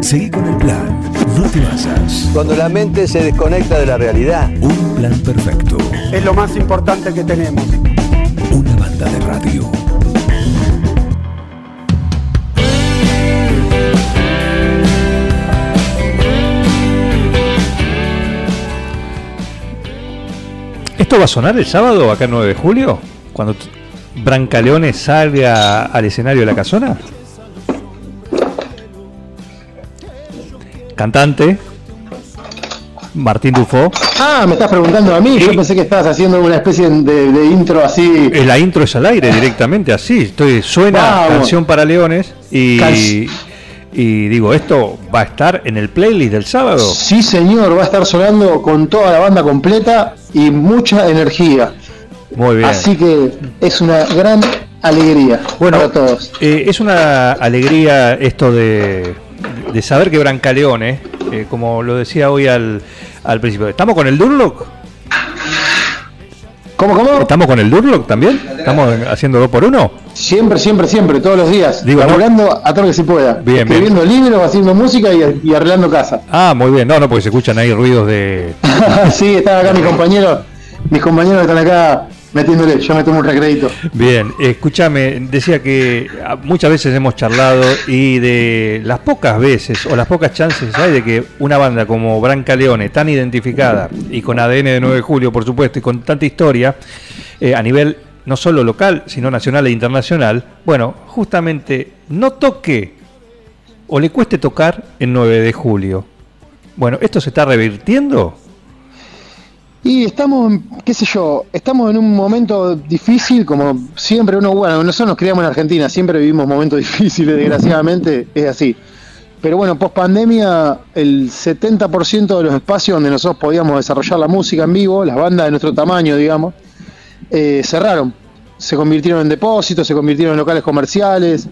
Seguí con el plan. No te basas. Cuando la mente se desconecta de la realidad. Un plan perfecto. Es lo más importante que tenemos. Una banda de radio. ¿Esto va a sonar el sábado, acá el 9 de julio? Cuando Brancaleone salga al escenario de la Casona. Cantante Martín Dufo. Ah, me estás preguntando a mí. Yo pensé que estabas haciendo una especie de intro así. La intro es al aire directamente, así. Suena Vamos. Canción para Leones y digo, ¿esto va a estar en el playlist del sábado? Sí, señor, va a estar sonando con toda la banda completa y mucha energía. Muy bien. Así que es una gran alegría para todos. Es una alegría esto de saber que Brancaleone, como lo decía hoy al principio, ¿estamos con el Durlock? ¿Cómo? ¿Estamos con el Durlock también? ¿Estamos haciendo 2x1? Siempre, todos los días. Digo, laburando a todo lo que se pueda. Bien, escribiendo libros, haciendo música y arreglando casa. Ah, muy bien. No, porque se escuchan ahí ruidos de... Sí, están acá mis compañeros están acá metiéndole, yo me tomo un recreito. Bien, escúchame, decía que muchas veces hemos charlado y de las pocas veces o las pocas chances hay de que una banda como Brancaleone, tan identificada y con ADN de 9 de julio, por supuesto, y con tanta historia, a nivel no solo local, sino nacional e internacional, bueno, justamente no toque o le cueste tocar en 9 de julio. Bueno, ¿esto se está revirtiendo? Y estamos en un momento difícil, como siempre nosotros nos criamos en Argentina, siempre vivimos momentos difíciles, desgraciadamente, es así. Pero bueno, post pandemia, el 70% de los espacios donde nosotros podíamos desarrollar la música en vivo, las bandas de nuestro tamaño, digamos, cerraron. Se convirtieron en depósitos, se convirtieron en locales comerciales,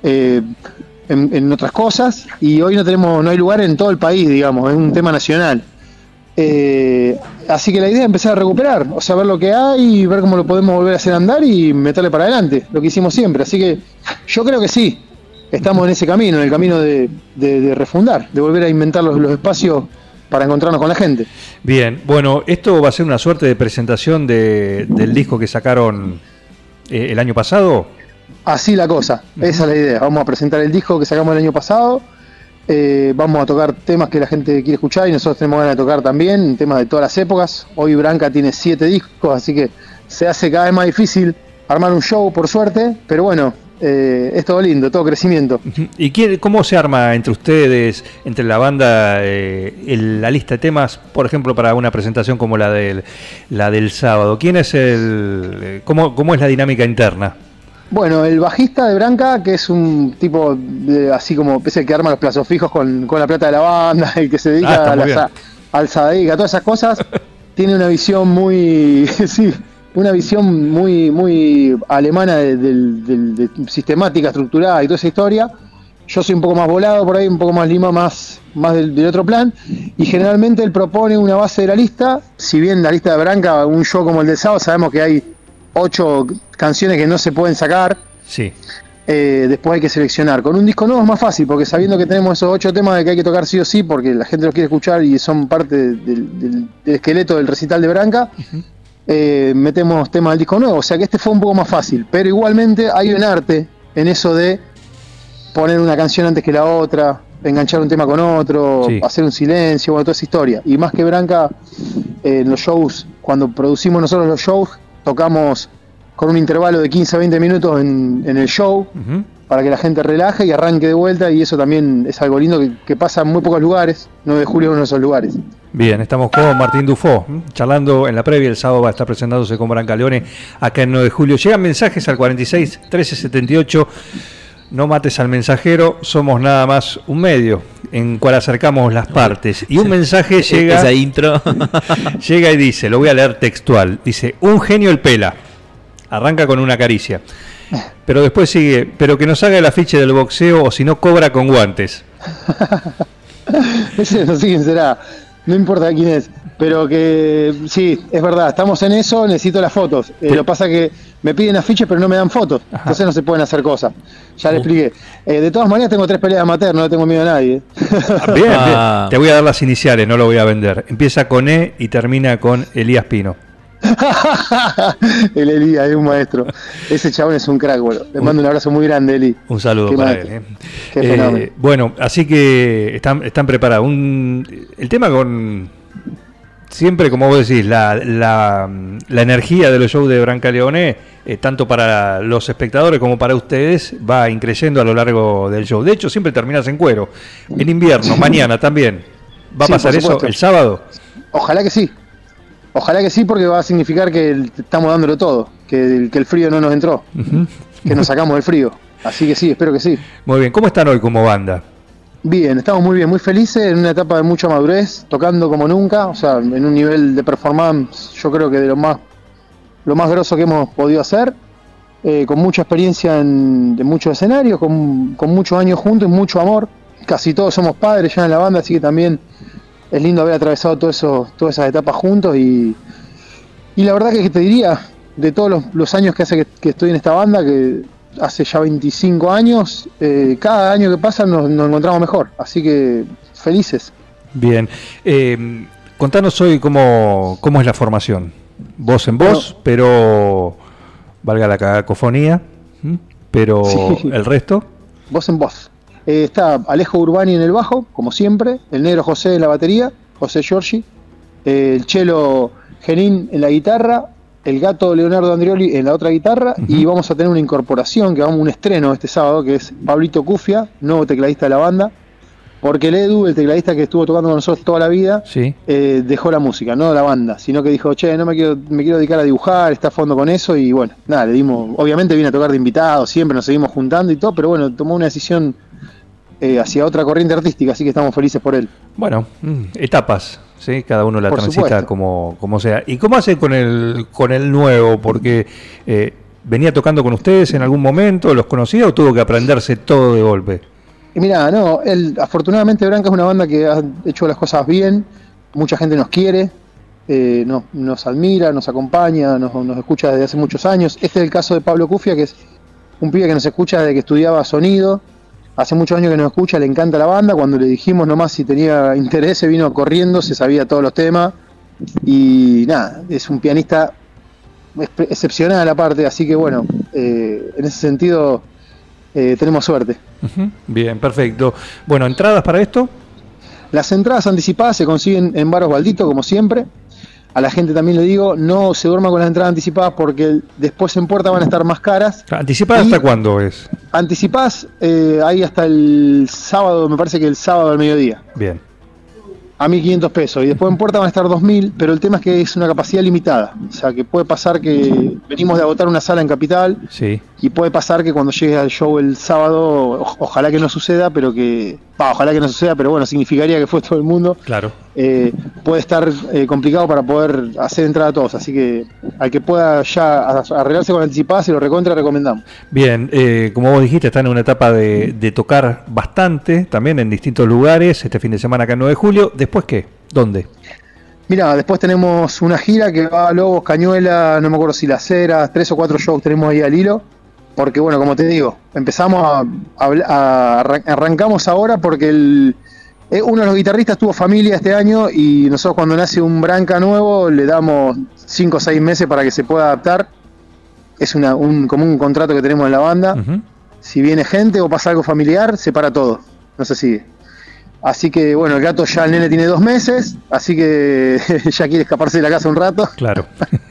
en otras cosas, y hoy no hay lugar en todo el país, digamos, es un tema nacional. Así que la idea es empezar a recuperar, o sea, ver lo que hay, ver cómo lo podemos volver a hacer andar y meterle para adelante, lo que hicimos siempre. Así que yo creo que sí, estamos en ese camino, en el camino de refundar, de volver a inventar los espacios para encontrarnos con la gente. Bien, bueno, esto va a ser una suerte de presentación del disco que sacaron el año pasado. Así la cosa, esa es la idea. Vamos a presentar el disco que sacamos el año pasado. Vamos a tocar temas que la gente quiere escuchar y nosotros tenemos ganas de tocar también, temas de todas las épocas. Hoy Branca tiene 7 discos, así que se hace cada vez más difícil armar un show, por suerte, pero bueno, es todo lindo, todo crecimiento. ¿Y cómo se arma entre ustedes, entre la banda, la lista de temas, por ejemplo, para una presentación como la del sábado? ¿Quién es cómo es la dinámica interna? Bueno, el bajista de Branca, que es un tipo así como es el que arma los plazos fijos con la plata de la banda, el que se dedica al Sadaic, a todas esas cosas, tiene una visión muy muy alemana de sistemática, estructurada y toda esa historia. Yo soy un poco más volado por ahí, un poco más Lima, más del otro plan, y generalmente él propone una base de la lista. Si bien la lista de Branca, un show como el del sábado, sabemos que hay 8 canciones que no se pueden sacar. Sí. Después hay que seleccionar. Con un disco nuevo es más fácil, porque sabiendo que tenemos esos 8 temas que hay que tocar sí o sí, porque la gente los quiere escuchar y son parte del esqueleto del recital de Branca, metemos temas del disco nuevo. O sea que este fue un poco más fácil, pero igualmente hay un arte en eso de poner una canción antes que la otra, enganchar un tema con otro, sí, hacer un silencio, bueno, toda esa historia. Y más que Branca, en los shows, cuando producimos nosotros los shows, tocamos con un intervalo de 15 a 20 minutos en el show, para que la gente relaje y arranque de vuelta, y eso también es algo lindo que pasa en muy pocos lugares. 9 de julio es uno de esos lugares. Bien, estamos con Martín Dufo, charlando en la previa. El sábado va a estar presentándose con Brancaleone acá en 9 de julio. Llegan mensajes al 46 13 78. No mates al mensajero, somos nada más un medio en cual acercamos las partes. Y un mensaje llega. Esa intro. Llega y dice, lo voy a leer textual. Dice, un genio el pela. Arranca con una caricia. Pero después sigue, pero que nos haga el afiche del boxeo o si no cobra con guantes. Ese no sé quién será. No importa quién es. Pero que sí, es verdad, estamos en eso, necesito las fotos. Lo que pasa es que me piden afiches pero no me dan fotos, entonces no se pueden hacer cosas. Ya le expliqué. De todas maneras tengo 3 peleas amateur, no le tengo miedo a nadie. Bien, bien. Te voy a dar las iniciales, no lo voy a vender. Empieza con E y termina con Elías Pino. El Elías es un maestro. Ese chabón es un crack, bueno. Le mando un abrazo muy grande, Eli. Un saludo Qué para maestro. él. Qué fenómeno. Bueno, así que están preparados. El tema con... Siempre, como vos decís, la energía de los shows de Brancaleone, tanto para los espectadores como para ustedes, va increciendo a lo largo del show. De hecho, siempre terminás en cuero. En invierno, mañana también. ¿Va a Sí, pasar por eso supuesto. el sábado? Ojalá que sí. Ojalá que sí, porque va a significar que estamos dándolo todo, que el frío no nos entró, que nos sacamos del frío. Así que sí, espero que sí. Muy bien. ¿Cómo están hoy como banda? Bien, estamos muy bien, muy felices, en una etapa de mucha madurez, tocando como nunca, o sea, en un nivel de performance, yo creo que de lo más grosso que hemos podido hacer, con mucha experiencia de muchos escenarios, con muchos años juntos y mucho amor. Casi todos somos padres ya en la banda, así que también es lindo haber atravesado todas esas etapas juntos y la verdad que te diría, de todos los años que hace que estoy en esta banda, que hace ya 25 años, cada año que pasa nos encontramos mejor, así que felices. Bien. Contanos hoy cómo es la formación. Voz en voz, pero valga la cacofonía, pero Sí. el resto. Voz en voz. Está Alejo Urbani en el bajo, como siempre, el negro José en la batería, José Giorgi, el chelo Genín en la guitarra, el gato Leonardo Andrioli en la otra guitarra, y vamos a tener una incorporación, un estreno este sábado, que es Pablito Cufia, nuevo tecladista de la banda, porque el Edu, el tecladista que estuvo tocando con nosotros toda la vida, Sí. dejó la música, no la banda, sino que dijo, che, me quiero dedicar a dibujar, está a fondo con eso, y bueno, nada, le dimos, obviamente viene a tocar de invitado, siempre nos seguimos juntando y todo, pero bueno, tomó una decisión hacia otra corriente artística, así que estamos felices por él. Bueno, etapas, ¿sí? Cada uno la Por transita supuesto. como sea. ¿Y cómo hace con el nuevo? Porque venía tocando con ustedes en algún momento, ¿los conocía o tuvo que aprenderse todo de golpe? Y mirá, no, afortunadamente Branca es una banda que ha hecho las cosas bien, mucha gente nos quiere, nos admira, nos acompaña, nos escucha desde hace muchos años. Este es el caso de Pablo Cufia, que es un pibe que nos escucha desde que estudiaba sonido. Hace muchos años que nos escucha, le encanta la banda. Cuando le dijimos nomás si tenía interés, se vino corriendo, se sabía todos los temas. Y nada, es un pianista excepcional aparte, así que bueno, en ese sentido tenemos suerte. Bien, perfecto. Bueno, ¿entradas para esto? Las entradas anticipadas se consiguen en Bar Osvaldito, como siempre. A la gente también le digo, no se duerma con las entradas anticipadas porque después en puerta van a estar más caras. ¿Anticipada hasta cuándo es? Anticipadas ahí hasta el sábado, me parece que el sábado al mediodía. Bien. A 1.500 pesos. Y después en puerta van a estar 2.000, pero el tema es que es una capacidad limitada. O sea, que puede pasar que venimos de agotar una sala en Capital. Sí. Y puede pasar que cuando llegue al show el sábado, ojalá que no suceda, pero bueno, significaría que fue todo el mundo. Claro. Puede estar complicado para poder hacer entrada a todos, así que al que pueda ya arreglarse con anticipada se lo recomendamos. Bien, como vos dijiste, están en una etapa de tocar bastante, también en distintos lugares, este fin de semana acá en 9 de julio. ¿Después qué? ¿Dónde? Mira, después tenemos una gira que va a Lobos, Cañuela, no me acuerdo si Las Heras, 3 o 4 shows tenemos ahí al hilo, porque bueno, como te digo, empezamos arrancamos ahora porque uno de los guitarristas tuvo familia este año y nosotros cuando nace un Branca nuevo le damos 5 o 6 meses para que se pueda adaptar. Es como un contrato que tenemos en la banda. Si viene gente o pasa algo familiar, se para todo, no se sigue. Así que bueno, el gato ya, el nene tiene 2 meses, así que ya quiere escaparse de la casa un rato. Claro.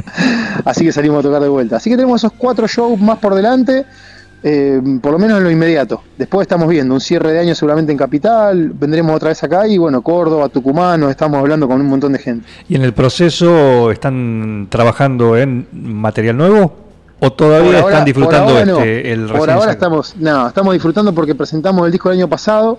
Así que salimos a tocar de vuelta. Así que tenemos esos 4 shows más por delante. Por lo menos en lo inmediato. Después estamos viendo un cierre de año seguramente en Capital, vendremos otra vez acá y bueno, Córdoba, Tucumán, nos estamos hablando con un montón de gente. ¿Y en el proceso están trabajando en material nuvo o todavía están disfrutando el recién Por ahora sacado? estamos disfrutando porque presentamos el disco el año pasado,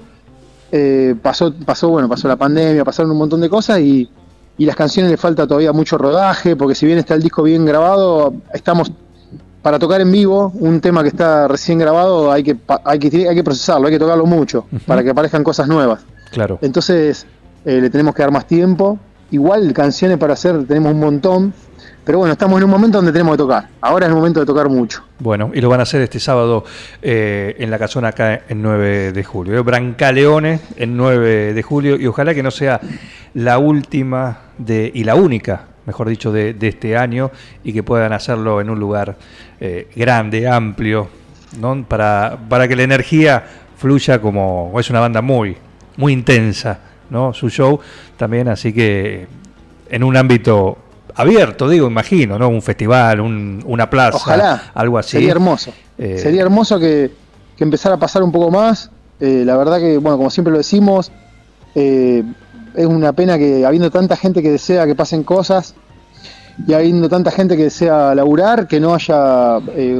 pasó la pandemia, pasaron un montón de cosas y las canciones le falta todavía mucho rodaje, porque si bien está el disco bien grabado, estamos para tocar en vivo un tema que está recién grabado, hay que procesarlo, hay que tocarlo mucho para que aparezcan cosas nuevas. Claro. Entonces le tenemos que dar más tiempo igual canciones para hacer tenemos un montón, pero bueno, estamos en un momento donde tenemos que tocar. Ahora es el momento de tocar mucho. Bueno, y lo van a hacer este sábado en la casona acá en 9 de julio. Brancaleone en 9 de julio, y ojalá que no sea la última y la única, mejor dicho, de este año, y que puedan hacerlo en un lugar grande, amplio, ¿no? Para que la energía fluya, como es una banda muy, muy intensa, ¿no? Su show también, así que en un ámbito abierto, digo, imagino, ¿no? Un festival, una plaza, ojalá, algo así. Sería hermoso. Sería hermoso que empezara a pasar un poco más. La verdad que, bueno, como siempre lo decimos, es una pena que habiendo tanta gente que desea que pasen cosas y habiendo tanta gente que desea laburar, que no haya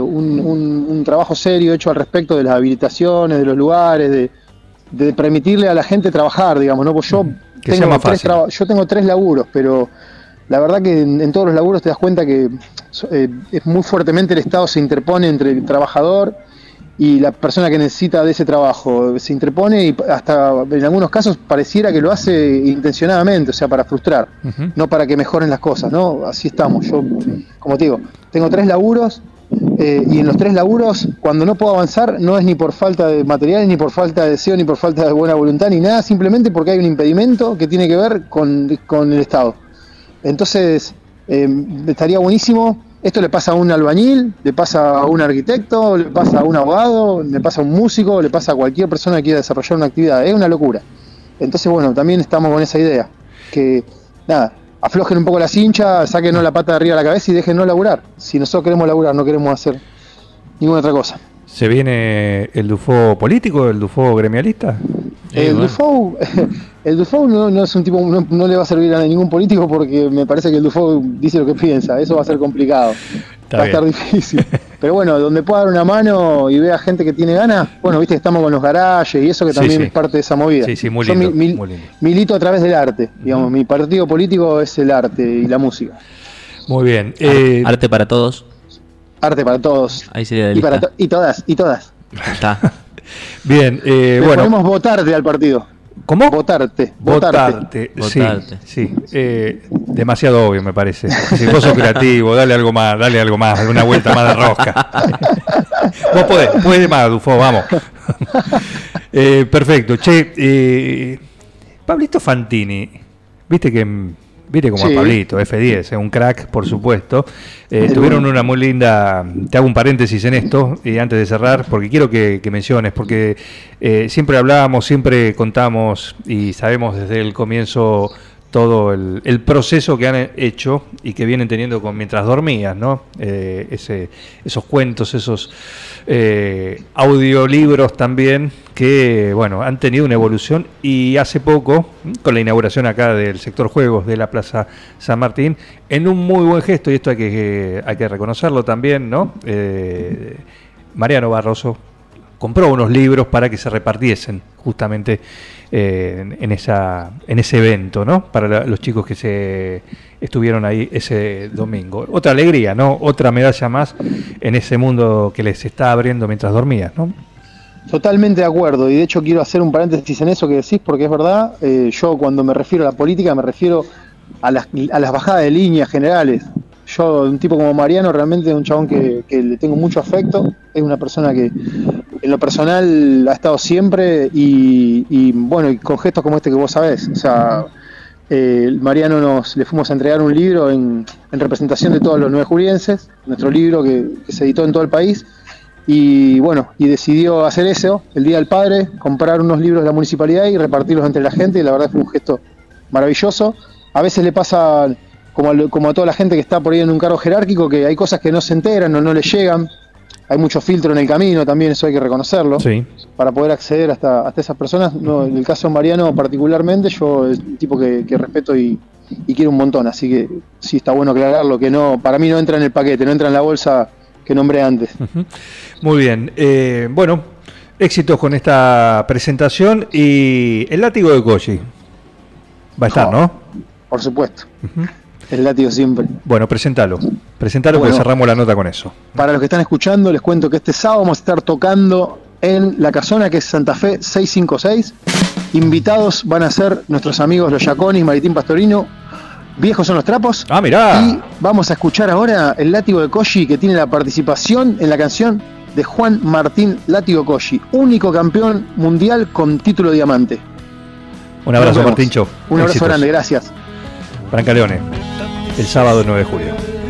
un trabajo serio hecho al respecto de las habilitaciones, de los lugares, de permitirle a la gente trabajar, digamos, ¿no? Pues yo tengo 3 laburos, pero la verdad que en todos los laburos te das cuenta que es muy fuertemente el Estado se interpone entre el trabajador y la persona que necesita de ese trabajo. Se interpone y hasta en algunos casos pareciera que lo hace intencionadamente, o sea, para frustrar, no para que mejoren las cosas, ¿no? Así estamos. Yo, como te digo, tengo 3 laburos y en los 3 laburos, cuando no puedo avanzar, no es ni por falta de materiales, ni por falta de deseo, ni por falta de buena voluntad, ni nada, simplemente porque hay un impedimento que tiene que ver con el Estado. Entonces, estaría buenísimo. Esto le pasa a un albañil, le pasa a un arquitecto, le pasa a un abogado, le pasa a un músico, le pasa a cualquier persona que quiera desarrollar una actividad. Es una locura. Entonces, bueno, también estamos con esa idea. Que, nada, aflojen un poco la cincha, sáquenos la pata de arriba de la cabeza y déjennos laburar. Si nosotros queremos laburar, no queremos hacer ninguna otra cosa. ¿Se viene el Dufo político, el Dufo gremialista? El Dufo no es un tipo, no le va a servir a ningún político, porque me parece que el Dufo dice lo que piensa. Eso va a ser complicado. Va a estar difícil. Pero bueno, donde pueda dar una mano y vea gente que tiene ganas, bueno, viste que estamos con los garajes y eso, que también es parte de esa movida. Sí, muy lindo. Muy lindo. Milito a través del arte, digamos. Mi partido político es el arte y la música. Muy bien. Arte para todos. Arte para todos. Ahí sería la lista. Y todas. Está. Bien, bueno. Podemos votarte al partido. ¿Cómo? Votarte. Sí. Demasiado obvio, me parece. Si vos sos creativo, dale algo más, una vuelta más de rosca. Vos podés más, Dufo, vamos. Perfecto. Che, Pablito Fantini, viste cómo es Pablito, F10, un crack, por supuesto. Tuvieron una muy linda. Te hago un paréntesis en esto, y antes de cerrar, porque quiero que menciones, porque siempre hablábamos, siempre contamos y sabemos desde el comienzo todo el proceso que han hecho y que vienen teniendo con Mientras Dormías, ¿no? Esos cuentos, esos audiolibros también, que bueno, han tenido una evolución, y hace poco, con la inauguración acá del sector juegos de la Plaza San Martín, en un muy buen gesto, y esto hay que reconocerlo también, ¿no? Mariano Barroso compró unos libros para que se repartiesen justamente en ese evento, ¿no? Para los chicos que se estuvieron ahí ese domingo. Otra alegría, ¿no? Otra medalla más en ese mundo que les está abriendo Mientras Dormías, ¿no? Totalmente de acuerdo, y de hecho quiero hacer un paréntesis en eso que decís, porque es verdad. Yo, cuando me refiero a la política, me refiero a las bajadas de líneas generales. Yo, un tipo como Mariano, realmente es un chabón que le tengo mucho afecto. Es una persona que en lo personal ha estado siempre, y bueno, y con gestos como este que vos sabés. O sea, Mariano le fuimos a entregar un libro en representación de todos los 9 julienses, nuestro libro que se editó en todo el país. Y bueno, y decidió hacer eso el Día del Padre, comprar unos libros de la municipalidad y repartirlos entre la gente, y la verdad fue un gesto maravilloso. A veces le pasa como a toda la gente que está por ahí en un cargo jerárquico, que hay cosas que no se enteran o no le llegan. Hay mucho filtro en el camino también, eso hay que reconocerlo, sí, para poder acceder hasta esas personas. No, en el caso de Mariano particularmente, yo es un tipo que respeto y quiero un montón, así que sí está bueno aclararlo, que no, para mí no entra en el paquete, no entra en la bolsa que nombré antes. Muy bien, bueno, éxitos con esta presentación, y el látigo de Koji va a estar, ¿no? Por supuesto. El látigo siempre. Bueno, presentalo porque cerramos la nota con eso. Para los que están escuchando, les cuento que este sábado vamos a estar tocando en la casona, que es Santa Fe 656. Invitados van a ser nuestros amigos los Yaconis, Maritín Pastorino, Viejos son los trapos. Ah, mirá. Y vamos a escuchar ahora el Látigo de Koji, que tiene la participación en la canción de Juan Martín Látigo Koji, único campeón mundial con título diamante. Un abrazo, Martincho. Un abrazo Éxitos. grande, gracias. Brancaleone, el sábado 9 de julio.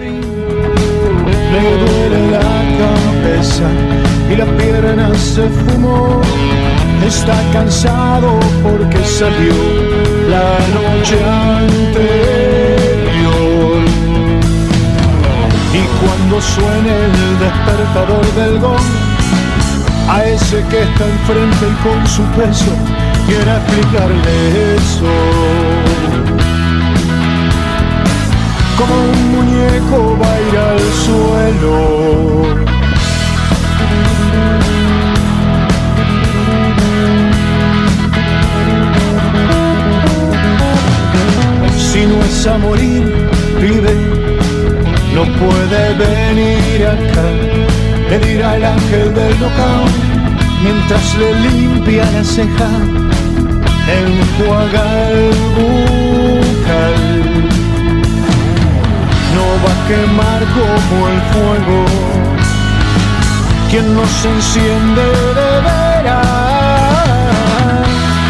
Le duele la cabeza y la pierna se fumó. Está cansado porque salió la noche anterior. Y cuando suene el despertador del gong, a ese que está enfrente y con su peso quiere explicarle eso. Como un muñeco va a ir al suelo. Si no es a morir, pibe, no puede venir acá. Le dirá el ángel del knockout mientras le limpia la ceja, enjuaga el bucal. No va a quemar como el fuego quien no se enciende de veras.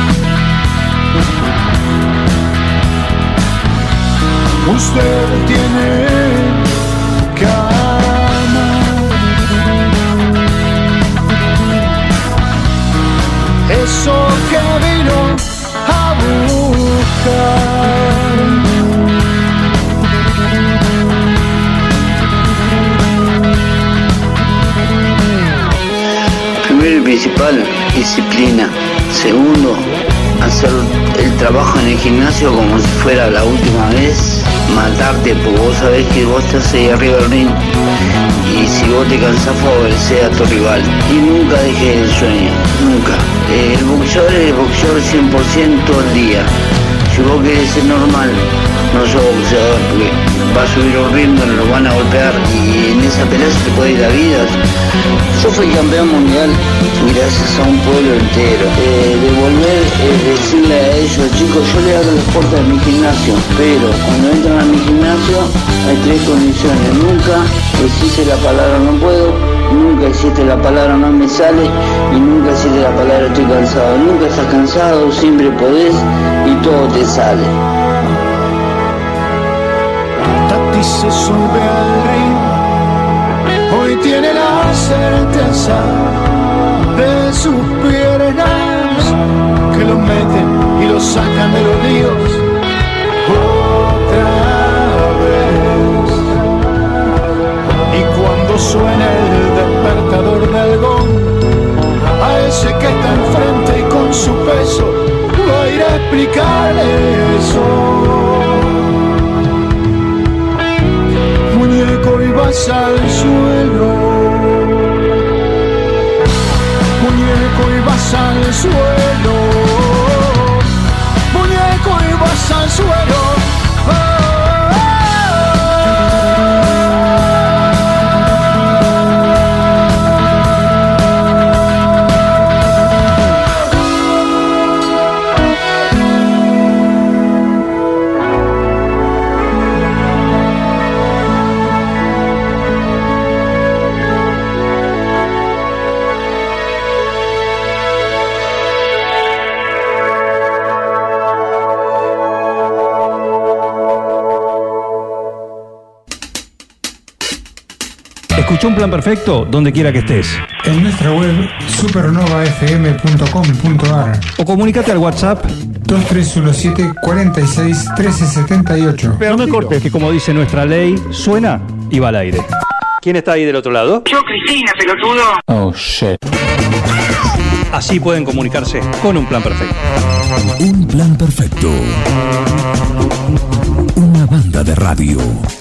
Usted tiene que amar. Eso que vino a buscar. Primero y principal, disciplina. Segundo, hacer el trabajo en el gimnasio como si fuera la última vez. Matarte, porque vos sabés que vos estás ahí arriba del ring. Y si vos te cansás, favorecer a tu rival. Y nunca dejes el sueño, nunca. El boxeador es boxeador 100% todo el día. Si vos querés ser normal, no sos boxeador, porque va a subir un ring donde lo van a golpear y en esa pelea se te puede ir la vida. Yo fui campeón mundial gracias a un pueblo entero. Devolver, decirle a ellos, chicos, yo les abro las puertas de mi gimnasio, pero cuando entran a mi gimnasio hay 3 condiciones. Nunca existe la palabra no puedo, nunca existe la palabra no me sale y nunca existe la palabra estoy cansado. Nunca estás cansado, siempre podés y todo te sale. Tati se sube al ring, hoy tiene la certeza de sus piernas que lo meten y lo sacan de los líos otra vez. Y cuando suena el despertador del gong, a ese que está enfrente y con su peso va a ir a explicarle eso. Muñeco y vas al suelo, muñeco y vas al suelo, muñeco y vas al suelo. Escucha Un Plan Perfecto donde quiera que estés. En nuestra web supernovafm.com.ar O comunícate al WhatsApp 2317 46 1378. Pero no me cortes, que como dice nuestra ley, suena y va al aire. ¿Quién está ahí del otro lado? Yo, Cristina, pelotudo. Oh, shit. Así pueden comunicarse con Un Plan Perfecto. Un Plan Perfecto. Una banda de radio.